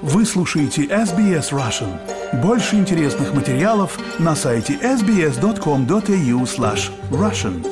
Вы слушаете SBS Russian. Больше интересных материалов на сайте sbs.com.au/russian.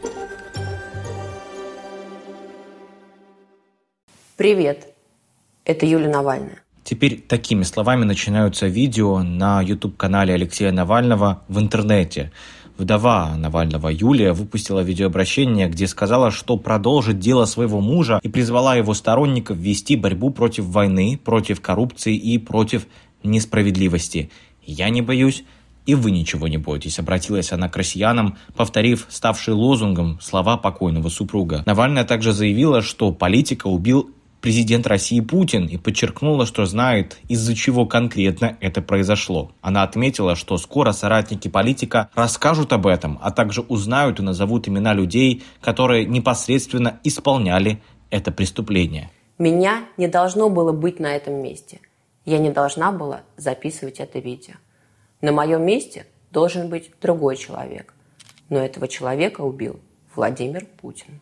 Привет, это Юлия Навальная. Теперь такими словами начинаются видео на YouTube-канале Алексея Навального в интернете. Вдова Навального Юлия выпустила видеообращение, где сказала, что продолжит дело своего мужа и призвала его сторонников вести борьбу против войны, против коррупции и против несправедливости. «Я не боюсь, и вы ничего не бойтесь», — обратилась она к россиянам, повторив ставшие лозунгом слова покойного супруга. Навальная также заявила, что политика убил президент России Путин, и подчеркнула, что знает, из-за чего конкретно это произошло. Она отметила, что скоро соратники политика расскажут об этом, а также узнают и назовут имена людей, которые непосредственно исполняли это преступление. Меня не должно было быть на этом месте. Я не должна была записывать это видео. На моем месте должен быть другой человек. Но этого человека убил Владимир Путин.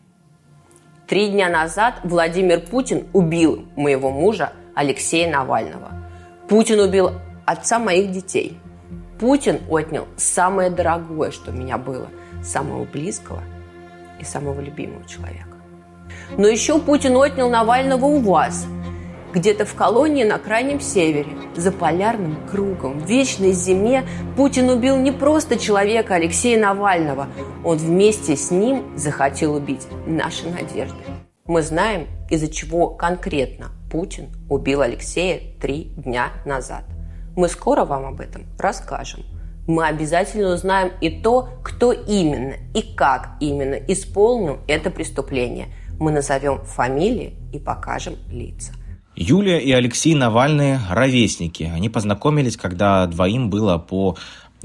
3 дня назад Владимир Путин убил моего мужа Алексея Навального. Путин убил отца моих детей. Путин отнял самое дорогое, что у меня было, самого близкого и самого любимого человека. Но еще Путин отнял Навального у вас, где-то в колонии на Крайнем Севере, за полярным кругом, в вечной зиме. Путин убил не просто человека Алексея Навального, он вместе с ним захотел убить наши надежды. Мы знаем, из-за чего конкретно Путин убил Алексея 3 дня назад. Мы скоро вам об этом расскажем. Мы обязательно узнаем и то, кто именно и как именно исполнил это преступление. Мы назовем фамилии и покажем лица. Юлия и Алексей Навальные – ровесники. Они познакомились, когда двоим было по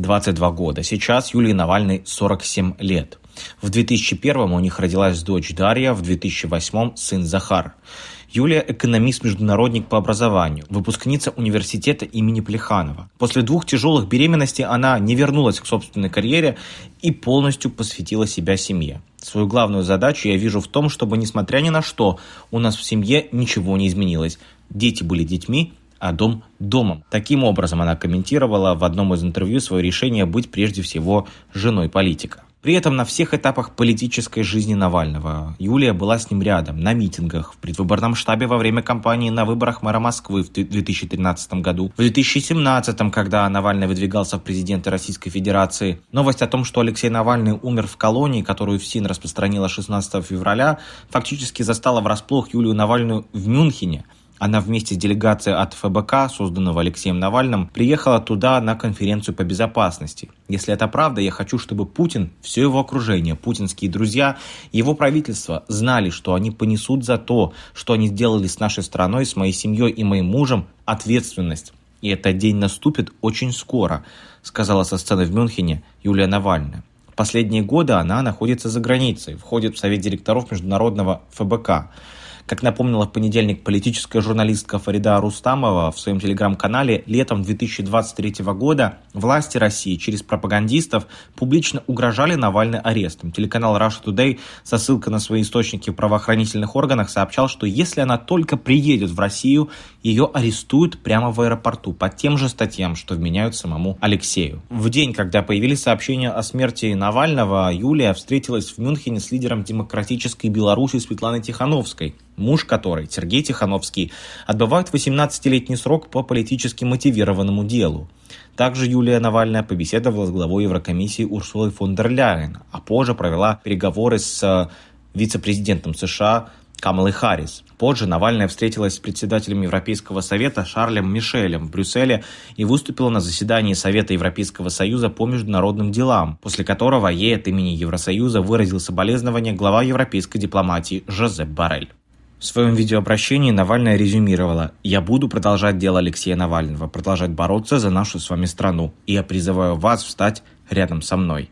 22 года. Сейчас Юлии Навальной 47 лет. В 2001 у них родилась дочь Дарья, в 2008 сын Захар. Юлия – экономист-международник по образованию, выпускница университета имени Плеханова. После 2 тяжелых беременностей она не вернулась к собственной карьере и полностью посвятила себя семье. Свою главную задачу я вижу в том, чтобы, несмотря ни на что, у нас в семье ничего не изменилось. Дети были детьми, а дом – домом. Таким образом она комментировала в одном из интервью свое решение быть прежде всего женой политика. При этом на всех этапах политической жизни Навального Юлия была с ним рядом, на митингах, в предвыборном штабе во время кампании на выборах мэра Москвы в 2013 году, в 2017, когда Навальный выдвигался в президенты Российской Федерации. Новость о том, что Алексей Навальный умер в колонии, которую ФСИН распространила 16 февраля, фактически застала врасплох Юлию Навальную в Мюнхене. Она вместе с делегацией от ФБК, созданного Алексеем Навальным, приехала туда на конференцию по безопасности. Если это правда, я хочу, чтобы Путин, все его окружение, путинские друзья, его правительство знали, что они понесут за то, что они сделали с нашей страной, с моей семьей и моим мужем, ответственность. И этот день наступит очень скоро, сказала со сцены в Мюнхене Юлия Навальная. В последние годы она находится за границей, входит в совет директоров международного ФБК. Как напомнила в понедельник политическая журналистка Фарида Рустамова в своем телеграм-канале, летом 2023 года власти России через пропагандистов публично угрожали Навальной арестом. Телеканал Russia Today со ссылкой на свои источники в правоохранительных органах сообщал, что если она только приедет в Россию, ее арестуют прямо в аэропорту по тем же статьям, что вменяют самому Алексею. В день, когда появились сообщения о смерти Навального, Юлия встретилась в Мюнхене с лидером демократической Беларуси Светланой Тихановской, муж которой, Сергей Тихановский, отбывает 18-летний срок по политически мотивированному делу. Также Юлия Навальная побеседовала с главой Еврокомиссии Урсулой фон дер Ляйен, а позже провела переговоры с вице-президентом США Камалой Харрис. Позже Навальная встретилась с председателем Европейского совета Шарлем Мишелем в Брюсселе и выступила на заседании Совета Европейского союза по международным делам, после которого ей от имени Евросоюза выразил соболезнования глава европейской дипломатии Жозеп Боррель. В своем видеообращении Навальная резюмировала: «Я буду продолжать дело Алексея Навального, продолжать бороться за нашу с вами страну, и я призываю вас встать рядом со мной».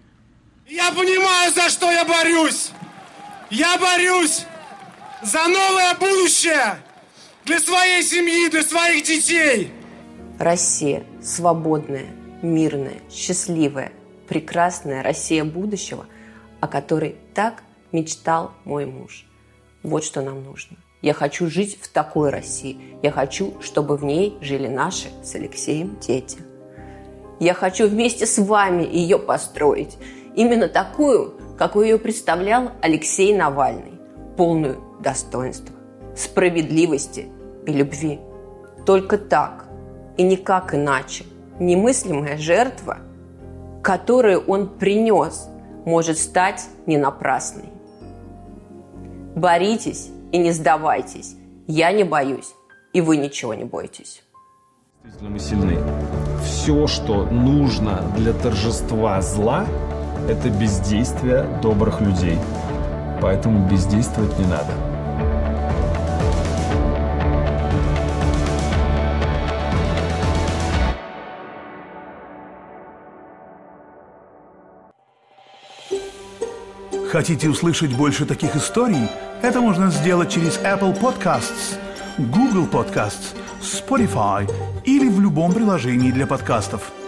Я понимаю, за что я борюсь! Я борюсь за новое будущее для своей семьи, для своих детей! Россия свободная, мирная, счастливая, прекрасная Россия будущего, о которой так мечтал мой муж. Вот что нам нужно. Я хочу жить в такой России. Я хочу, чтобы в ней жили наши с Алексеем дети. Я хочу вместе с вами ее построить. Именно такую, какую ее представлял Алексей Навальный. Полную достоинства, справедливости и любви. Только так и никак иначе немыслимая жертва, которую он принес, может стать не напрасной. Боритесь и не сдавайтесь. Я не боюсь, и вы ничего не бойтесь. Действительно, мы сильны. Все, что нужно для торжества зла, это бездействие добрых людей. Поэтому бездействовать не надо. Хотите услышать больше таких историй? Это можно сделать через Apple Podcasts, Google Podcasts, Spotify или в любом приложении для подкастов.